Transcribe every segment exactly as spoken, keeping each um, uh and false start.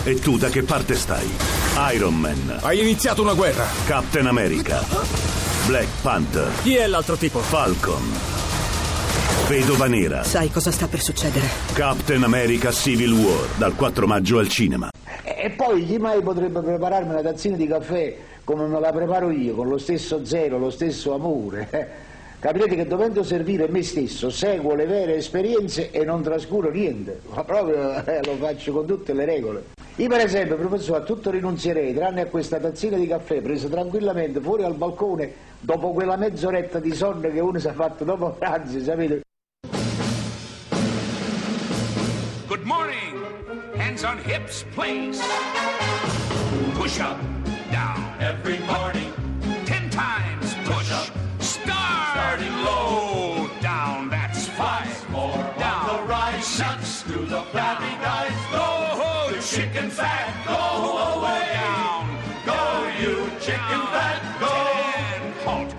E tu da che parte stai? Iron Man. Hai iniziato una guerra. Captain America. Black Panther. Chi è l'altro tipo? Falcon. Vedova Nera. Sai cosa sta per succedere? Captain America Civil War, dal quattro maggio al cinema. E poi chi mai potrebbe prepararmi una tazzina di caffè come me la preparo io, con lo stesso zelo, lo stesso amore? Capirete che dovendo servire me stesso seguo le vere esperienze e non trascuro niente, ma proprio eh, lo faccio con tutte le regole. Io per esempio, professore, a tutto rinunzierei, tranne a questa tazzina di caffè presa tranquillamente fuori al balcone dopo quella mezz'oretta di sonno che uno si è fatto dopo pranzo, sapete? Good morning. Hands on hips, please. Push up, down. Every morning. Ten times push up. Starting low, down, that's five. More down, on the right, six to the flabby guys. Go, the chicken fat, go away. Down, go, you chicken fat, go. Ten, halt.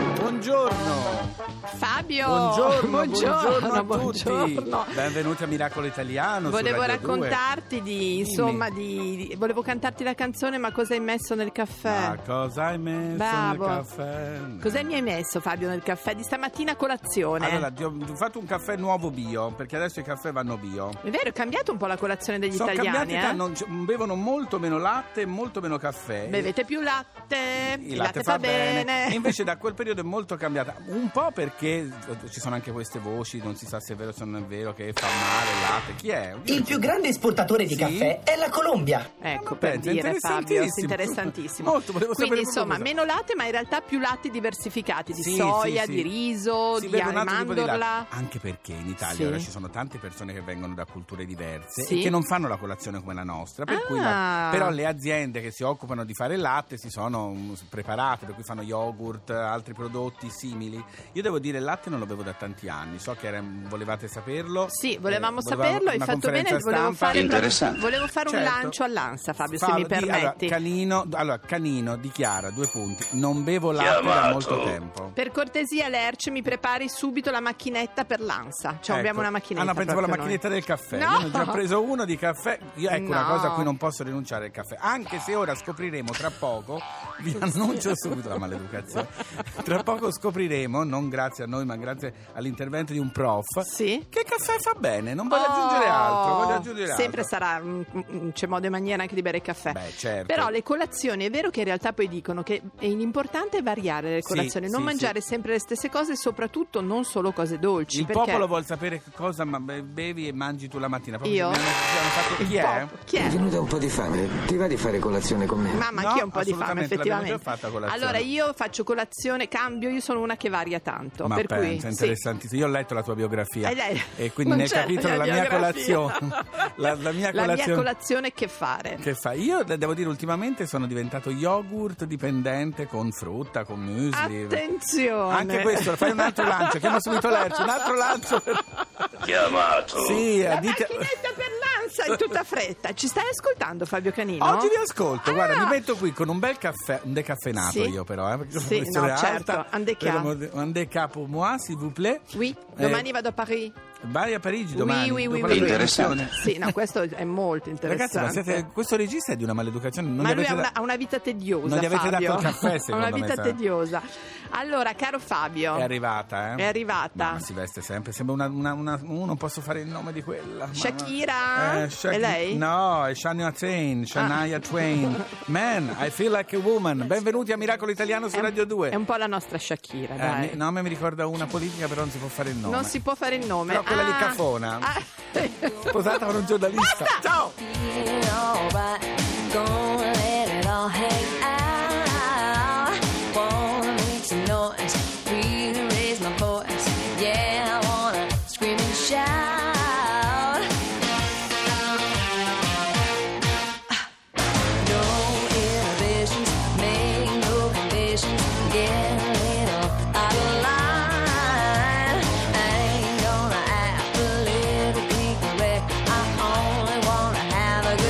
Buongiorno. Fabio, Buongiorno, buongiorno, buongiorno a tutti. buongiorno. Benvenuti a Miracolo Italiano. Volevo su Radio raccontarti di, insomma, di, di- volevo cantarti la canzone, ma cosa hai messo nel caffè? Ma cosa hai messo Bravo. nel caffè? Cosa mi hai messo, Fabio, nel caffè di stamattina a colazione? Allora, ti ho fatto un caffè nuovo bio, perché adesso i caffè vanno bio. È vero, è cambiato un po' la colazione degli Sono italiani, cambiati, eh? hanno- cioè, bevono molto meno latte e molto meno caffè. Bevete più latte, il, Il latte, fa bene. E invece da quel periodo è molto cambiata. Un po' perché ci sono anche queste voci, non si sa se è vero o se non è vero, che fa male il latte. Chi è? Il più grande esportatore di Sì? caffè è la Colombia. Ecco, per Pensa, dire, Fabio, interessantissimo. interessantissimo. Molto, volevo Quindi, sapere insomma, proprio meno latte, ma in realtà più latti diversificati, di Sì, soia, sì, sì. di riso, Si di beve un altro tipo di mandorla. latte. Anche perché in Italia Sì. ora ci sono tante persone che vengono da culture diverse Sì. e che non fanno la colazione come la nostra, per Ah. cui la- però le aziende che si occupano di fare il latte si sono mm, preparate, per cui fanno yogurt, altri prodotti simili. Io devo dire, il latte non lo bevo da tanti anni, so che era- volevate saperlo. Sì, volevamo Eh, saperlo, hai una fatto bene, conferenza volevo stampa. fare, Interessante. volevo fare un Certo. lancio all'Ansa, Fabio, se Fallo mi di- permetti. allora, Canino, allora, Canino dichiara, due punti, non bevo latte da molto tempo. Per cortesia, Lerce, mi prepari subito la macchinetta per l'Ansa. Cioè, abbiamo Ecco. una macchinetta. Ah, no, pensavo la proprio macchinetta noi. del caffè. No. Io ne ho già preso uno di caffè. Io, ecco una No. cosa a cui non posso rinunciare: il caffè. Anche se ora scopriremo tra poco, vi annuncio subito la maleducazione. Tra poco scopriremo, non grazie a noi, ma grazie all'intervento di un prof, Sì? che il caffè fa bene. Non voglio Oh, aggiungere altro. Voglio aggiungere sempre altro. sarà mm, mm, c'è modo e maniera anche di bere il caffè. Beh, certo. Però le colazioni, è vero che in realtà poi dicono che è l'importante è variare le Sì, colazioni, non sì, mangiare sì. sempre le stesse cose e soprattutto non solo cose dolci. Il perché popolo vuol sapere che cosa ma- bevi e mangi tu la mattina. Proprio Io? mi hanno- mi hanno fatto- Il Chi è? pop- Chi È è? venuta un po' di fame, ti va di fare colazione con me? Mamma, No, anch'io ho un po' di fame, assolutamente, l'abbiamo effettivamente. già fatta colazione. Allora io faccio colazione, cambio, io sono una che varia tanto. Ma per pensa, cui, sì. interessantissimo. Io ho letto la tua biografia Eh, lei- e quindi non nel c'è capitolo la mia biografia. colazione. La, la mia La mia colazione. colazione che fare? Che fa? Io de- devo dire, ultimamente sono diventato yogurt dipendente con frutta, con muesli. Attenzione. Anche questo, fai un altro lancio, chiama subito Lercio, un altro lancio. Per... Chiamato. Sì, La dite... macchinetta per l'Ansa in tutta fretta. Ci stai ascoltando, Fabio Canino? Oggi vi ascolto, Ah! guarda, mi metto qui con un bel caffè, un decaffeinato Sì. io però, eh, perché sono Sì, una pressione no, certo, alta. un déca. Prego, Un déca pour moi, s'il vous plaît. Oui, Eh, domani vado a Parigi. Vai a Parigi domani, oui, oui, dopo oui, la oui. trasmissione. Sì, no, questo è molto Ragazzi, ma interessante. siete, questo regista è di una maleducazione. Non Ma gli lui avete ha da- una, ha una vita tediosa. Non gli avete Fabio. dato il caffè, Ha secondo una me, vita sa. tediosa. Allora, caro Fabio. È arrivata, eh? È arrivata. No, ma si veste sempre. Sembra una, una, una- uh, non posso fare il nome di quella. ma- Shakira? Eh, Shaki- È lei? No, è Shania Twain. Shania Twain. Man, I feel like a woman. Benvenuti a Miracolo Italiano su È un- Radio due. È un po' la nostra Shakira, Eh, dai. mi- no, a me mi ricorda una politica, però non si può fare il nome. Non si può fare il nome. Però quella lì Ah. cafona. Ah. Sposata con un giornalista. Basta! Ciao! Have a good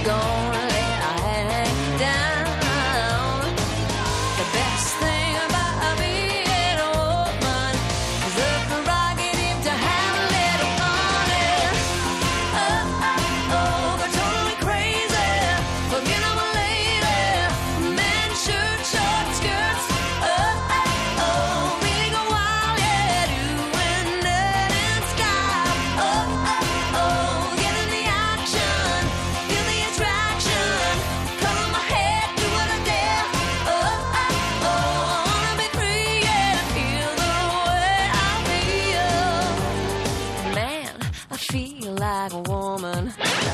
gonna let our hang down. The best thing about being a woman is the prerogative to have a little fun. Oh, oh, oh, they're totally crazy. Forget I'm a lady. Men shirt, short skirts. Oh, oh, oh, we go wild, yeah, doing dirt and sky. Oh, oh, oh, get in the action, feel the attraction, color my hair, do what I dare. Oh, oh, oh, I wanna be free, yeah, feel the way I feel. Man, I feel like a woman.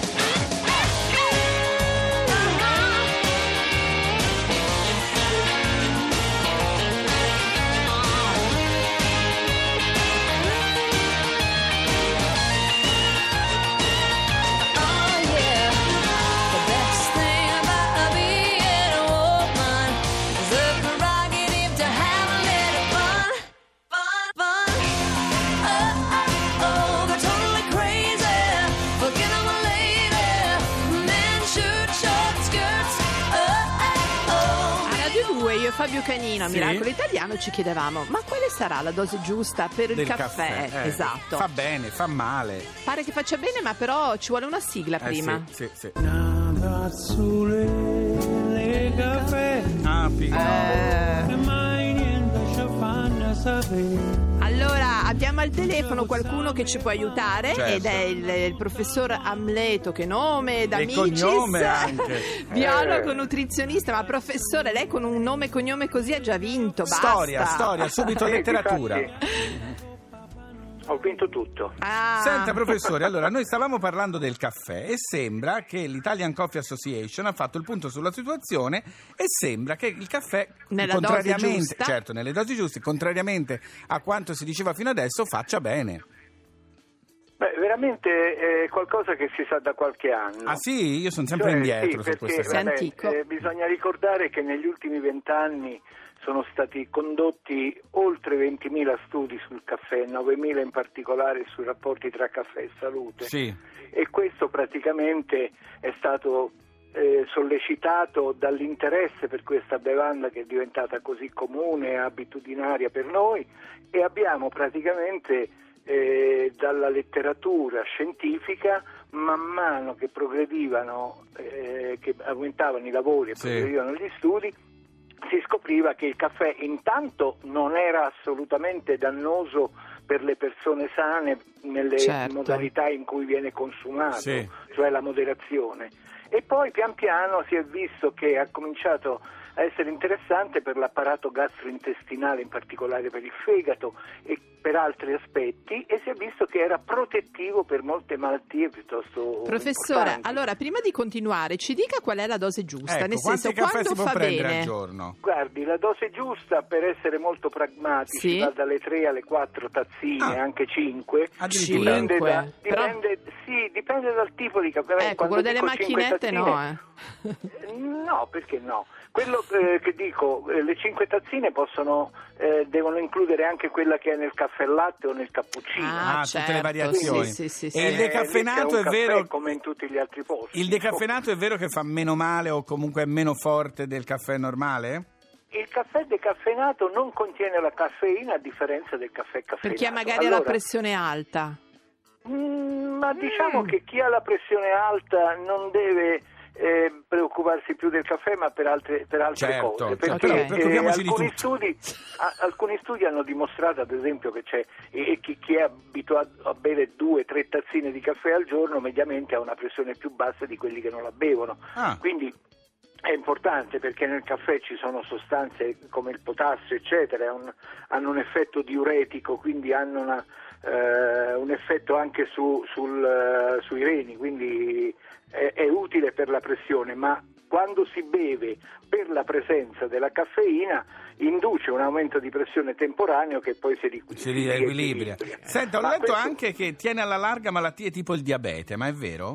Io e Fabio Canino a Sì. Miracolo Italiano ci chiedevamo: ma quale sarà la dose giusta per il Del caffè? caffè, eh. Esatto. Fa bene, fa male. Pare che faccia bene, ma però ci vuole una sigla Eh, prima. sì, sì, sì. Ah, Eh. Allora, abbiamo al telefono qualcuno che ci può aiutare, Certo. ed è il, il professor Amleto, che nome da E amicis, cognome anche. biologo, nutrizionista. Ma professore, lei con un nome e cognome così ha già vinto, basta. Storia, storia, subito Sì, letteratura. difatti, ho vinto tutto. Ah. Senta professore, allora noi stavamo parlando del caffè e sembra che l'Italian Coffee Association ha fatto il punto sulla situazione e sembra che il caffè, Nella dose contrariamente, giusta. certo, nelle dosi giuste, contrariamente a quanto si diceva fino adesso, faccia bene. Beh, veramente è qualcosa che si sa da qualche anno. Ah sì? Io sono sempre Cioè, indietro sì, su perché, queste cose. Sei vabbè, antico. eh, bisogna ricordare che negli ultimi vent'anni sono stati condotti oltre ventimila studi sul caffè, novemila in particolare sui rapporti tra caffè e salute. Sì. E questo praticamente è stato eh, sollecitato dall'interesse per questa bevanda che è diventata così comune e abitudinaria per noi, e abbiamo praticamente eh, dalla letteratura scientifica, man mano che progredivano, eh, che aumentavano i lavori e Sì. progredivano gli studi, si scopriva che il caffè intanto non era assolutamente dannoso per le persone sane nelle Certo. modalità in cui viene consumato, Sì. cioè la moderazione. E poi pian piano si è visto che ha cominciato a essere interessante per l'apparato gastrointestinale, in particolare per il fegato e per altri aspetti, e si è visto che era protettivo per molte malattie piuttosto Professore, importanti. allora prima di continuare ci dica qual è la dose giusta, Ecco, nel quanti senso caffè quando si può fa prendere bene. al giorno? Guardi, la dose giusta, per essere molto pragmatici, Sì. va dalle tre alle quattro tazzine, Ah. anche cinque. Addirittura. Dipende, da, Cinque, però- dipende, sì, dipende dal tipo di caffè. Ecco, Quando quello delle dico cinque macchinette no, tazzine- eh. No, perché no? Quello eh, che dico, eh, le cinque tazzine possono, eh, devono includere anche quella che è nel caffè latte o nel cappuccino. Ah, Ah, tutte le certo, variazioni. sì, sì, sì, E sì. il decaffeinato Eh, è un caffè vero. come in tutti gli altri posti. Il decaffeinato è vero che fa meno male o comunque è meno forte del caffè normale? Il caffè decaffeinato non contiene la caffeina, a differenza del caffè caffeinato. Per chi ha magari allora, la pressione alta. Mm, ma diciamo che chi ha la pressione alta non deve eh, preoccuparsi più del caffè, ma per altre, per altre Certo, cose, certo, perché però eh, preoccupiamoci di alcuni, tutto. studi, a- alcuni studi hanno dimostrato, ad esempio, che c'è e chi, chi è abituato a bere due tre tazzine di caffè al giorno mediamente ha una pressione più bassa di quelli che non la bevono. Ah. Quindi è importante, perché nel caffè ci sono sostanze come il potassio, eccetera, è un- hanno un effetto diuretico, quindi hanno una, eh, un effetto anche su, sul, eh, sui reni, quindi è, è utile per la pressione, ma quando si beve per la presenza della caffeina induce un aumento di pressione temporaneo che poi si, riqu- Si riequilibra. Senta, ho Ma letto questo- anche che tiene alla larga malattie tipo il diabete, ma è vero?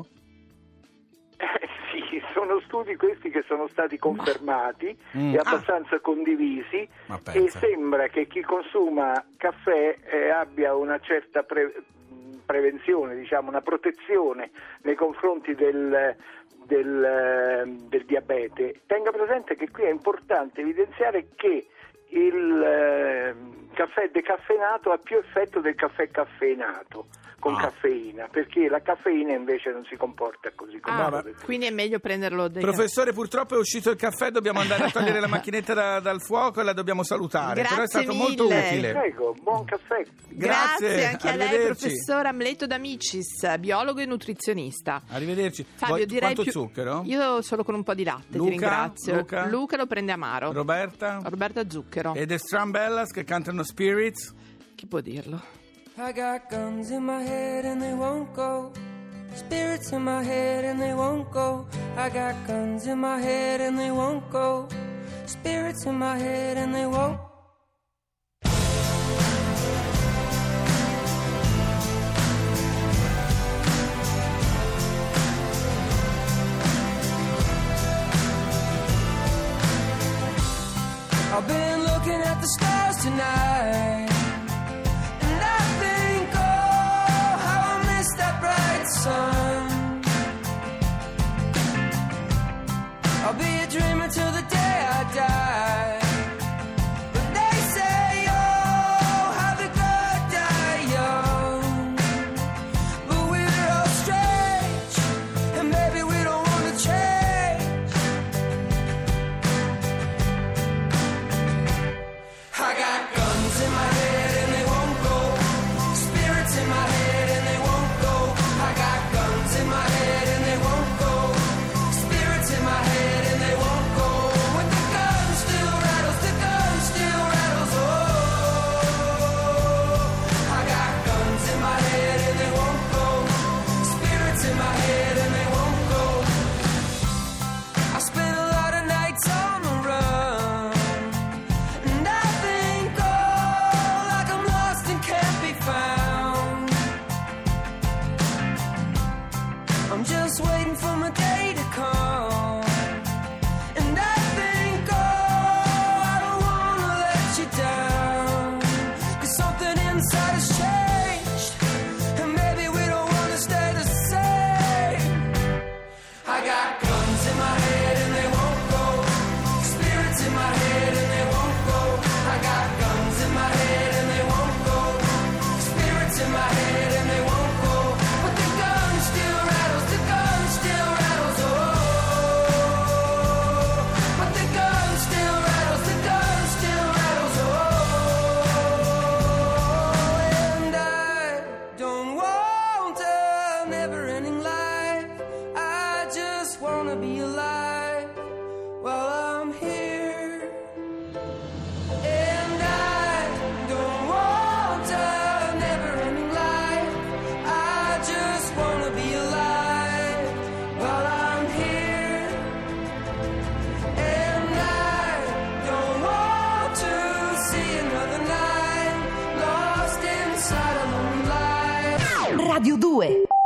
Eh, sì, sono studi questi che sono stati confermati Mm. e abbastanza condivisi, Ma e pensa. sembra che chi consuma caffè eh, abbia una certa pre- prevenzione, diciamo una protezione nei confronti del, del, eh, del diabete. Tenga presente che qui è importante evidenziare che il eh, caffè decaffeinato ha più effetto del caffè caffeinato con Ah. caffeina, perché la caffeina invece non si comporta così come Ah, potete. quindi è meglio prenderlo de- Professore, purtroppo è uscito il caffè, dobbiamo andare a togliere la macchinetta da- dal fuoco e la dobbiamo salutare. Grazie Però è stato mille. molto utile. Prego, buon caffè. Grazie anche a lei, arrivederci. professor Amleto D'Amicis, biologo e nutrizionista. Arrivederci. Fabio, Vuoi- direi quanto più... zucchero? Io solo con un po' di latte, Luca? ti ringrazio. Luca? lo prende amaro. Roberta? Roberta zucchero. E The Strambellas che cantano Spirits? Chi può dirlo? I got guns in my head and they won't go. Spirits in my head and they won't go. I got guns in my head and they won't go. Spirits in my head and they won't. I've been looking at the stars tonight. Sun. I'll be a dreamer till the day I die. But they say, oh, how the good die young. But we're all strange, and maybe we don't want to change. I got guns in my head and they won't go. Spirits in my head and they won't go. I got guns in my head and they won't go. Spirits in my head and they won't go. When the gun still rattles, the gun still rattles. Oh, I got guns in my head and they won't go. Spirits in my head and they won't go. I spent a lot of nights on the run, and I think, oh, like I'm lost and can't be found. I'm just waiting for my day to come. And I think, oh, I don't wanna let you down. 'Cause something inside has changed, and maybe we don't wanna stay the same. I got guns in my head and they won't go. Spirits in my head and they won't go. I got guns in my head and they won't go. Spirits in my head and they won't go. But the gun still rattles, the gun still rattles, oh. But the gun still rattles, the gun still rattles, oh. And I don't want a never-ending life. I just wanna be alive while I'm here. And I don't want a never-ending life. I just wanna be alive while I'm here. And I don't want to see another night lost inside a lonely life. Radio due